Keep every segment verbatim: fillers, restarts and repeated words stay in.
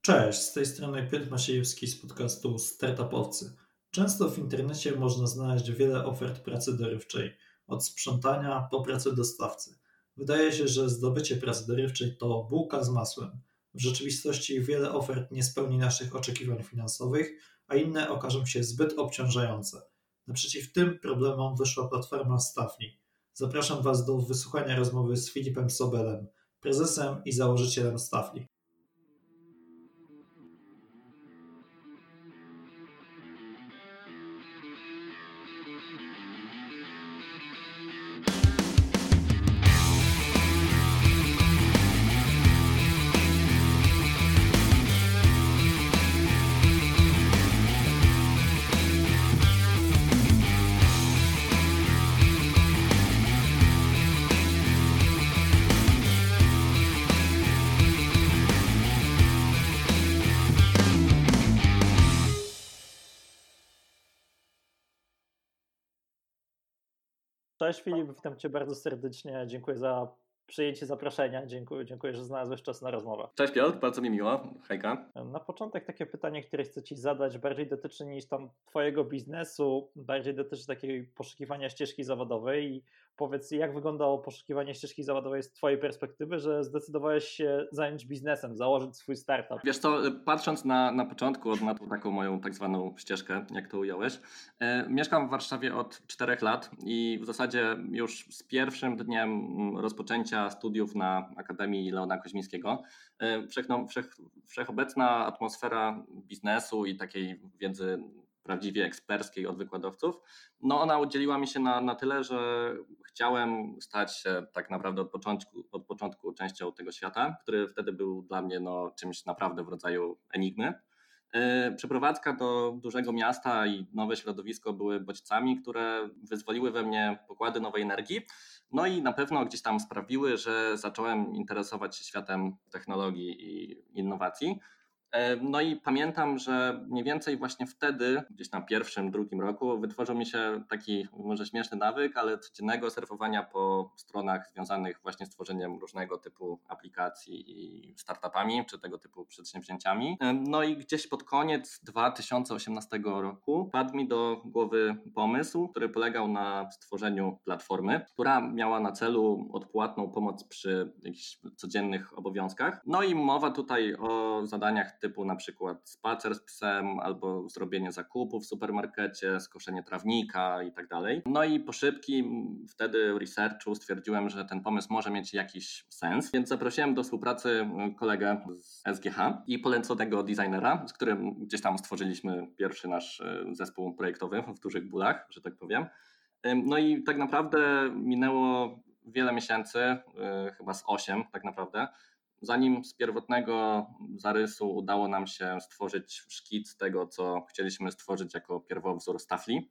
Cześć, z tej strony Piotr Maciejewski z podcastu Startupowcy. Często w internecie można znaleźć wiele ofert pracy dorywczej, od sprzątania po pracę dostawcy. Wydaje się, że zdobycie pracy dorywczej to bułka z masłem. W rzeczywistości wiele ofert nie spełni naszych oczekiwań finansowych, a inne okażą się zbyt obciążające. Naprzeciw tym problemom wyszła platforma Staffly. Zapraszam Was do wysłuchania rozmowy z Filipem Sobelem, prezesem i założycielem Staffly. Cześć Filip, witam Cię bardzo serdecznie. Dziękuję za przyjęcie zaproszenia. Dziękuję, dziękuję, że znalazłeś czas na rozmowę. Cześć Piotr, bardzo mi miło. Hejka. Na początek takie pytanie, które chcę Ci zadać, bardziej dotyczy niż tam Twojego biznesu, bardziej dotyczy takiej poszukiwania ścieżki zawodowej i powiedz, jak wyglądało poszukiwanie ścieżki zawodowej z Twojej perspektywy, że zdecydowałeś się zająć biznesem, założyć swój startup? Wiesz co, patrząc na, na początku, na tą taką moją tak zwaną ścieżkę, jak to ująłeś, e, mieszkam w Warszawie od czterech lat i w zasadzie już z pierwszym dniem rozpoczęcia studiów na Akademii Leona Koźmińskiego e, wszech, no, wszech, wszechobecna atmosfera biznesu i takiej wiedzy prawdziwie eksperckiej od wykładowców, no ona udzieliła mi się na, na tyle, że chciałem stać się tak naprawdę od początku, od początku częścią tego świata, który wtedy był dla mnie no, czymś naprawdę w rodzaju enigmy. Yy, przeprowadzka do dużego miasta i nowe środowisko były bodźcami, które wyzwoliły we mnie pokłady nowej energii, no i na pewno gdzieś tam sprawiły, że zacząłem interesować się światem technologii i innowacji. No i pamiętam, że mniej więcej właśnie wtedy, gdzieś na pierwszym, drugim roku, wytworzył mi się taki może śmieszny nawyk, ale codziennego surfowania po stronach związanych właśnie z tworzeniem różnego typu aplikacji i startupami, czy tego typu przedsięwzięciami. No i gdzieś pod koniec dwa tysiące osiemnastego roku padł mi do głowy pomysł, który polegał na stworzeniu platformy, która miała na celu odpłatną pomoc przy jakichś codziennych obowiązkach. No i mowa tutaj o zadaniach typu na przykład spacer z psem albo zrobienie zakupów w supermarkecie, skoszenie trawnika i tak dalej. No i po szybkim wtedy researchu stwierdziłem, że ten pomysł może mieć jakiś sens, więc zaprosiłem do współpracy kolegę z S G H i poleconego designera, z którym gdzieś tam stworzyliśmy pierwszy nasz zespół projektowy w dużych bólach, że tak powiem. No i tak naprawdę minęło wiele miesięcy, chyba z osiem tak naprawdę, zanim z pierwotnego zarysu udało nam się stworzyć szkic tego, co chcieliśmy stworzyć jako pierwowzór Staffly.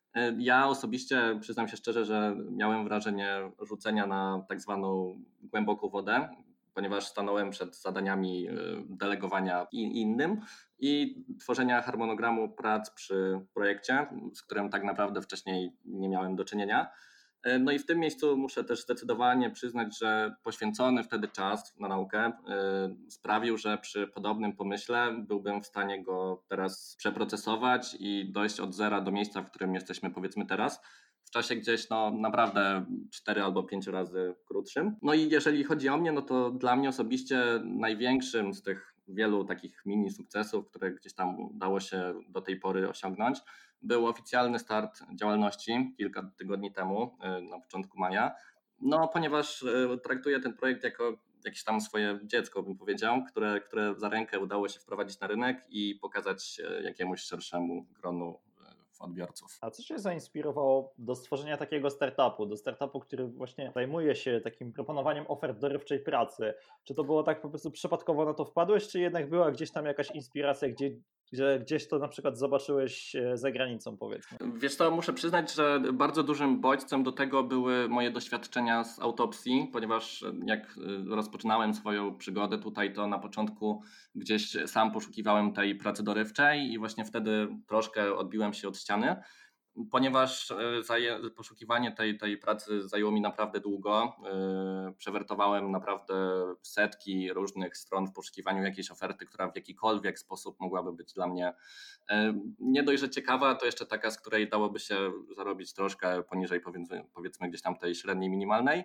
Ja osobiście przyznam się szczerze, że miałem wrażenie rzucenia na tak zwaną głęboką wodę, ponieważ stanąłem przed zadaniami delegowania innym i tworzenia harmonogramu prac przy projekcie, z którym tak naprawdę wcześniej nie miałem do czynienia. No i w tym miejscu muszę też zdecydowanie przyznać, że poświęcony wtedy czas na naukę sprawił, że przy podobnym pomyśle byłbym w stanie go teraz przeprocesować i dojść od zera do miejsca, w którym jesteśmy powiedzmy teraz, w czasie gdzieś no naprawdę cztery albo pięć razy krótszym. No i jeżeli chodzi o mnie, no to dla mnie osobiście największym z tych wielu takich mini sukcesów, które gdzieś tam udało się do tej pory osiągnąć, był oficjalny start działalności kilka tygodni temu, na początku maja, no ponieważ traktuję ten projekt jako jakieś tam swoje dziecko, bym powiedział, które, które za rękę udało się wprowadzić na rynek i pokazać jakiemuś szerszemu gronu odbiorców. A co Cię zainspirowało do stworzenia takiego startupu, do startupu, który właśnie zajmuje się takim proponowaniem ofert dorywczej pracy? Czy to było tak po prostu przypadkowo na to wpadłeś, czy jednak była gdzieś tam jakaś inspiracja, gdzie, że gdzieś to na przykład zobaczyłeś za granicą, powiedzmy? Wiesz co, muszę przyznać, że bardzo dużym bodźcem do tego były moje doświadczenia z autopsji, ponieważ jak rozpoczynałem swoją przygodę tutaj, to na początku gdzieś sam poszukiwałem tej pracy dorywczej i właśnie wtedy troszkę odbiłem się od ściany. ponieważ zaję, poszukiwanie tej, tej pracy zajęło mi naprawdę długo. Przewertowałem naprawdę setki różnych stron w poszukiwaniu jakiejś oferty, która w jakikolwiek sposób mogłaby być dla mnie nie dość, że ciekawa, to jeszcze taka, z której dałoby się zarobić troszkę poniżej powiedzmy, powiedzmy gdzieś tam tej średniej minimalnej.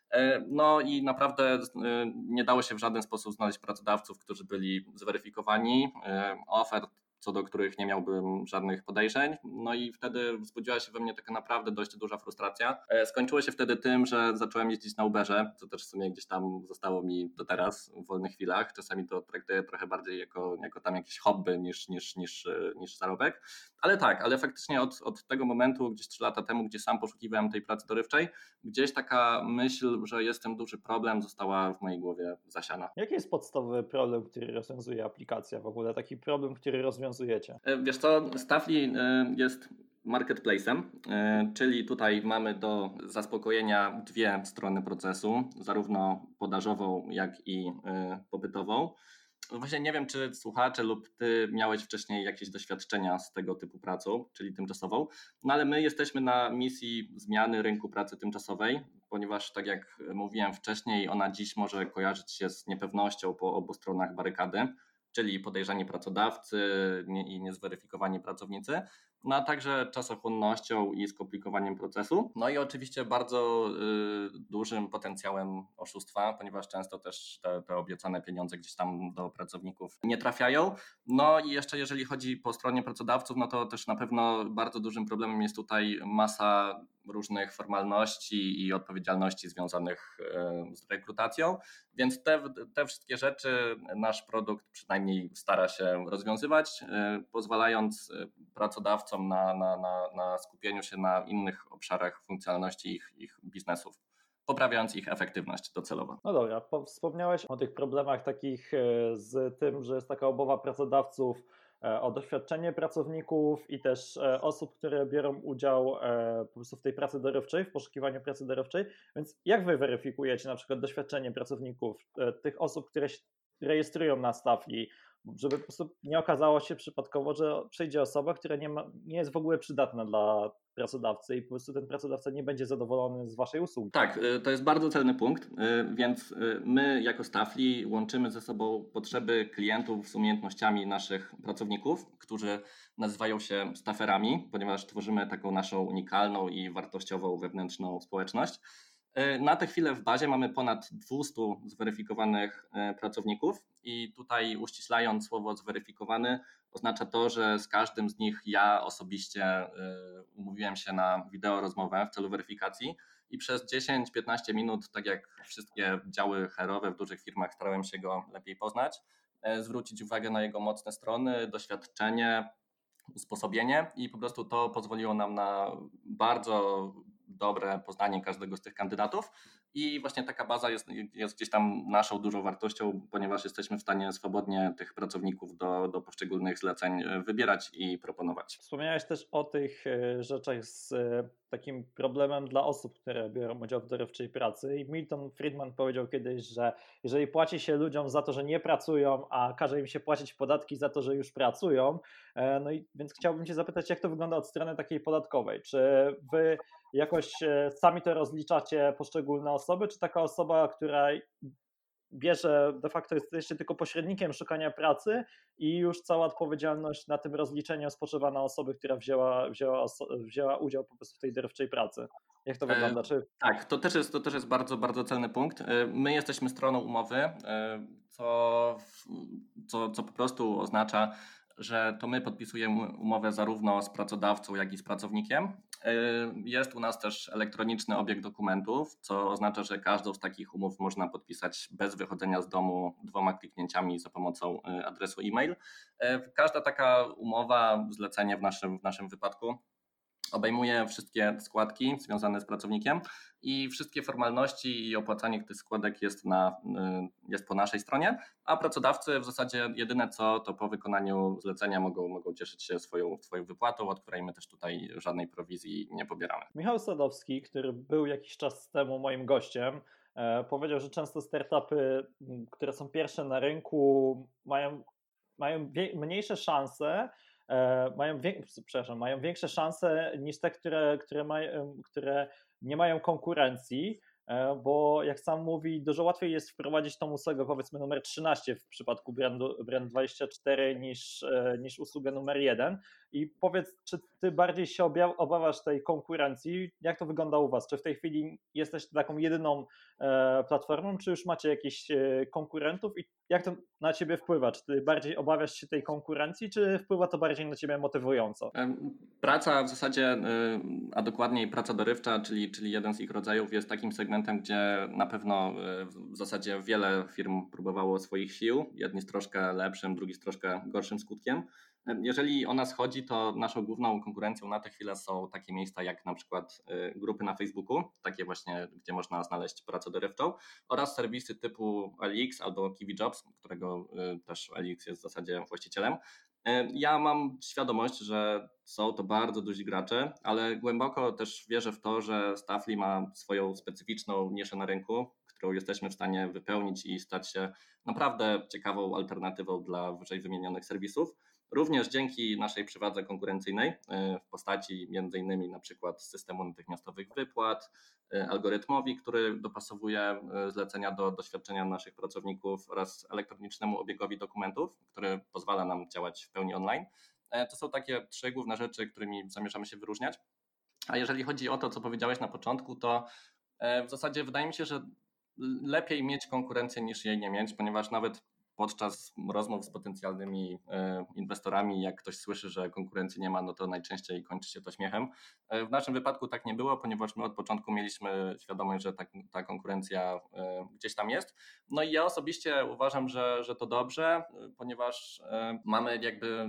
No i naprawdę nie dało się w żaden sposób znaleźć pracodawców, którzy byli zweryfikowani, ofert, co do których nie miałbym żadnych podejrzeń. No i wtedy wzbudziła się we mnie taka naprawdę dość duża frustracja. Skończyło się wtedy tym, że zacząłem jeździć na Uberze, co też w sumie gdzieś tam zostało mi do teraz w wolnych chwilach. Czasami to traktuję trochę bardziej jako, jako tam jakieś hobby niż, niż, niż, niż zarobek. Ale tak, ale faktycznie od, od tego momentu, gdzieś trzy lata temu, gdzie sam poszukiwałem tej pracy dorywczej, gdzieś taka myśl, że jest ten duży problem, została w mojej głowie zasiana. Jaki jest podstawowy problem, który rozwiązuje aplikacja w ogóle? Taki problem, który rozwiązujecie? Wiesz co, Staffly jest marketplace'em, czyli tutaj mamy do zaspokojenia dwie strony procesu, zarówno podażową, jak i popytową. Właśnie nie wiem, czy słuchacze lub ty miałeś wcześniej jakieś doświadczenia z tego typu pracą, czyli tymczasową, no ale my jesteśmy na misji zmiany rynku pracy tymczasowej, ponieważ tak jak mówiłem wcześniej, ona dziś może kojarzyć się z niepewnością po obu stronach barykady, czyli podejrzani pracodawcy i niezweryfikowani pracownicy, no a także czasochłonnością i skomplikowaniem procesu. No i oczywiście bardzo y, dużym potencjałem oszustwa, ponieważ często też te, te obiecane pieniądze gdzieś tam do pracowników nie trafiają. No i jeszcze jeżeli chodzi po stronie pracodawców, no to też na pewno bardzo dużym problemem jest tutaj masa różnych formalności i odpowiedzialności związanych y, z rekrutacją, więc te, te wszystkie rzeczy nasz produkt przynajmniej stara się rozwiązywać, y, pozwalając pracodawcom Na, na, na, na skupieniu się na innych obszarach funkcjonalności ich, ich biznesów, poprawiając ich efektywność docelowo. No dobra, wspomniałeś o tych problemach takich z tym, że jest taka obawa pracodawców o doświadczenie pracowników i też osób, które biorą udział po prostu w tej pracy dorywczej, w poszukiwaniu pracy dorywczej, więc jak wy weryfikujecie na przykład doświadczenie pracowników, tych osób, które się rejestrują na Staffly, żeby po prostu nie okazało się przypadkowo, że przyjdzie osoba, która nie, ma, nie jest w ogóle przydatna dla pracodawcy i po prostu ten pracodawca nie będzie zadowolony z waszej usługi. Tak, to jest bardzo celny punkt, więc my jako Staffly łączymy ze sobą potrzeby klientów z umiejętnościami naszych pracowników, którzy nazywają się stafferami, ponieważ tworzymy taką naszą unikalną i wartościową wewnętrzną społeczność. Na tę chwilę w bazie mamy ponad dwieście zweryfikowanych pracowników i tutaj uściślając słowo zweryfikowany oznacza to, że z każdym z nich ja osobiście umówiłem się na wideo rozmowę w celu weryfikacji i przez dziesięć do piętnastu minut, tak jak wszystkie działy H R-owe w dużych firmach, starałem się go lepiej poznać, zwrócić uwagę na jego mocne strony, doświadczenie, usposobienie i po prostu to pozwoliło nam na bardzo dobre poznanie każdego z tych kandydatów i właśnie taka baza jest, jest gdzieś tam naszą dużą wartością, ponieważ jesteśmy w stanie swobodnie tych pracowników do, do poszczególnych zleceń wybierać i proponować. Wspomniałeś też o tych rzeczach z takim problemem dla osób, które biorą udział w dorywczej pracy i Milton Friedman powiedział kiedyś, że jeżeli płaci się ludziom za to, że nie pracują, a każe im się płacić podatki za to, że już pracują, no i więc chciałbym cię zapytać, jak to wygląda od strony takiej podatkowej, czy wy jakoś sami to rozliczacie poszczególne osoby, czy taka osoba, która bierze, de facto jesteście tylko pośrednikiem szukania pracy i już cała odpowiedzialność na tym rozliczeniu spoczywa na osoby, która wzięła, wzięła, wzięła udział po prostu w tej dorywczej pracy. Jak to wygląda? Czy... Tak, to też jest, to też jest bardzo, bardzo celny punkt. My jesteśmy stroną umowy, co, co, co po prostu oznacza, że to my podpisujemy umowę zarówno z pracodawcą, jak i z pracownikiem. Jest u nas też elektroniczny obieg dokumentów, co oznacza, że każdą z takich umów można podpisać bez wychodzenia z domu dwoma kliknięciami za pomocą adresu e-mail. Każda taka umowa, zlecenie w naszym, w naszym wypadku obejmuje wszystkie składki związane z pracownikiem i wszystkie formalności i opłacanie tych składek jest, na, jest po naszej stronie, a pracodawcy w zasadzie jedyne co, to po wykonaniu zlecenia mogą, mogą cieszyć się swoją, swoją wypłatą, od której my też tutaj żadnej prowizji nie pobieramy. Michał Sadowski, który był jakiś czas temu moim gościem, powiedział, że często startupy, które są pierwsze na rynku, mają, mają mniejsze szanse e, mają, wiek- przepraszam, mają większe szanse niż te, które, które, mają, które nie mają konkurencji, e, bo jak sam mówi, dużo łatwiej jest wprowadzić tą usługę, powiedzmy numer trzynaście w przypadku brandu, Brand dwadzieścia cztery niż, e, niż usługę numer jeden. I powiedz, czy ty bardziej się obja- obawiasz tej konkurencji? Jak to wygląda u was? Czy w tej chwili jesteś taką jedyną e, platformą, czy już macie jakichś e, konkurentów i jak to na ciebie wpływa? Czy ty bardziej obawiasz się tej konkurencji, czy wpływa to bardziej na ciebie motywująco? Em, Praca w zasadzie, y, a dokładniej praca dorywcza, czyli, czyli jeden z ich rodzajów, jest takim segmentem, gdzie na pewno y, w zasadzie wiele firm próbowało swoich sił. Jedni z troszkę lepszym, drugi z troszkę gorszym skutkiem. Em, Jeżeli o nas chodzi, to naszą główną konkurencją na tę chwilę są takie miejsca jak na przykład y, grupy na Facebooku, takie właśnie, gdzie można znaleźć pracę dorywczą, oraz serwisy typu L X albo Kiwi Jobs, którego y, też L X jest w zasadzie właścicielem. Ja mam świadomość, że są to bardzo duzi gracze, ale głęboko też wierzę w to, że Staffli ma swoją specyficzną niszę na rynku, którą jesteśmy w stanie wypełnić i stać się naprawdę ciekawą alternatywą dla wyżej wymienionych serwisów. Również dzięki naszej przewadze konkurencyjnej w postaci między innymi na przykład systemu natychmiastowych wypłat, algorytmowi, który dopasowuje zlecenia do doświadczenia naszych pracowników oraz elektronicznemu obiegowi dokumentów, który pozwala nam działać w pełni online. To są takie trzy główne rzeczy, którymi zamierzamy się wyróżniać. A jeżeli chodzi o to, co powiedziałeś na początku, to w zasadzie wydaje mi się, że lepiej mieć konkurencję niż jej nie mieć, ponieważ nawet podczas rozmów z potencjalnymi inwestorami, jak ktoś słyszy, że konkurencji nie ma, no to najczęściej kończy się to śmiechem. W naszym wypadku tak nie było, ponieważ my od początku mieliśmy świadomość, że ta, ta konkurencja gdzieś tam jest. No i ja osobiście uważam, że, że to dobrze, ponieważ mamy jakby...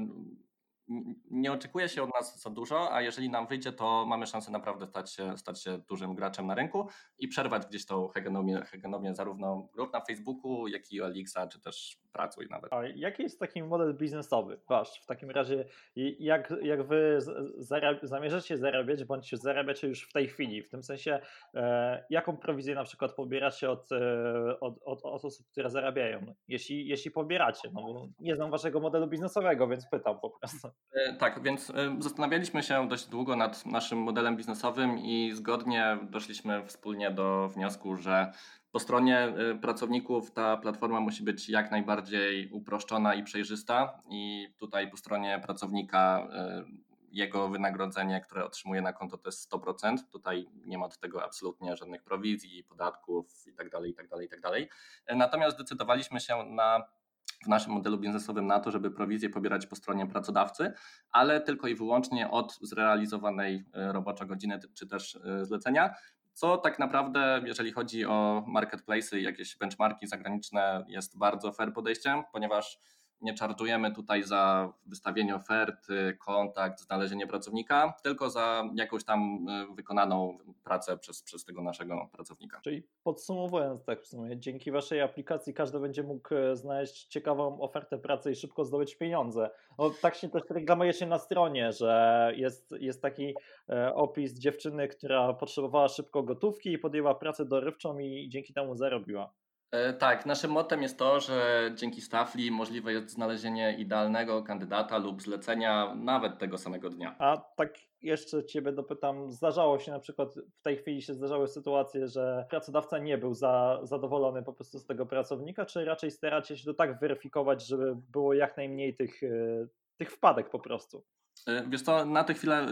Nie oczekuje się od nas za dużo, a jeżeli nam wyjdzie, to mamy szansę naprawdę stać się, stać się dużym graczem na rynku i przerwać gdzieś tą hegemonię, hegemonię zarówno grup na Facebooku, jak i O L X-a, czy też Pracuj nawet. A jaki jest taki model biznesowy wasz? W takim razie jak, jak wy zarab- zamierzacie zarabiać, bądź zarabiacie już w tej chwili? W tym sensie e, jaką prowizję na przykład pobieracie od, e, od, od, od osób, które zarabiają? Jeśli, jeśli pobieracie, no bo nie znam waszego modelu biznesowego, więc pytam po prostu. E, Tak, więc e, zastanawialiśmy się dość długo nad naszym modelem biznesowym i zgodnie doszliśmy wspólnie do wniosku, że po stronie e, pracowników ta platforma musi być jak najbardziej uproszczona i przejrzysta i tutaj po stronie pracownika e, jego wynagrodzenie, które otrzymuje na konto, to jest sto procent. Tutaj nie ma od tego absolutnie żadnych prowizji, podatków itd., itd., itd. Natomiast zdecydowaliśmy się na w naszym modelu biznesowym na to, żeby prowizję pobierać po stronie pracodawcy, ale tylko i wyłącznie od zrealizowanej roboczo godziny czy też zlecenia, co tak naprawdę, jeżeli chodzi o marketplace'y i jakieś benchmarki zagraniczne, jest bardzo fair podejściem, ponieważ nie czarżujemy tutaj za wystawienie oferty, kontakt, znalezienie pracownika, tylko za jakąś tam wykonaną pracę przez, przez tego naszego pracownika. Czyli podsumowując tak w sumie, dzięki waszej aplikacji każdy będzie mógł znaleźć ciekawą ofertę pracy i szybko zdobyć pieniądze. No, tak się też reklamujecie na stronie, że jest, jest taki opis dziewczyny, która potrzebowała szybko gotówki i podjęła pracę dorywczą i dzięki temu zarobiła. Tak, naszym mottem jest to, że dzięki Staffli możliwe jest znalezienie idealnego kandydata lub zlecenia nawet tego samego dnia. A tak jeszcze Ciebie dopytam, zdarzało się na przykład, w tej chwili się zdarzały sytuacje, że pracodawca nie był za, zadowolony po prostu z tego pracownika, czy raczej staracie się to tak weryfikować, żeby było jak najmniej tych, tych wpadek po prostu? Wiesz co, na tę chwilę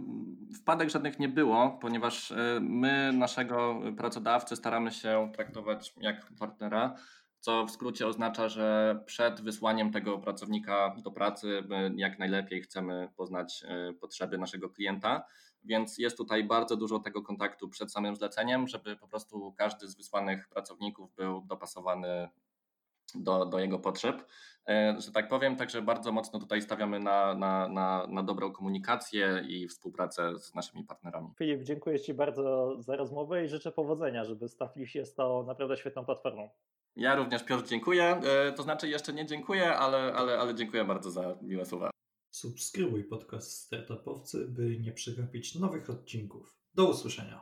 wpadek żadnych nie było, ponieważ my naszego pracodawcę staramy się traktować jak partnera, co w skrócie oznacza, że przed wysłaniem tego pracownika do pracy my jak najlepiej chcemy poznać potrzeby naszego klienta, więc jest tutaj bardzo dużo tego kontaktu przed samym zleceniem, żeby po prostu każdy z wysłanych pracowników był dopasowany do, do jego potrzeb, że tak powiem, także bardzo mocno tutaj stawiamy na, na, na, na dobrą komunikację i współpracę z naszymi partnerami. Filip, dziękuję Ci bardzo za rozmowę i życzę powodzenia, żeby Staffli się stało naprawdę świetną platformą. Ja również, Piotr, dziękuję, to znaczy jeszcze nie dziękuję, ale, ale, ale dziękuję bardzo za miłe słowa. Subskrybuj podcast Startupowcy, by nie przegapić nowych odcinków. Do usłyszenia.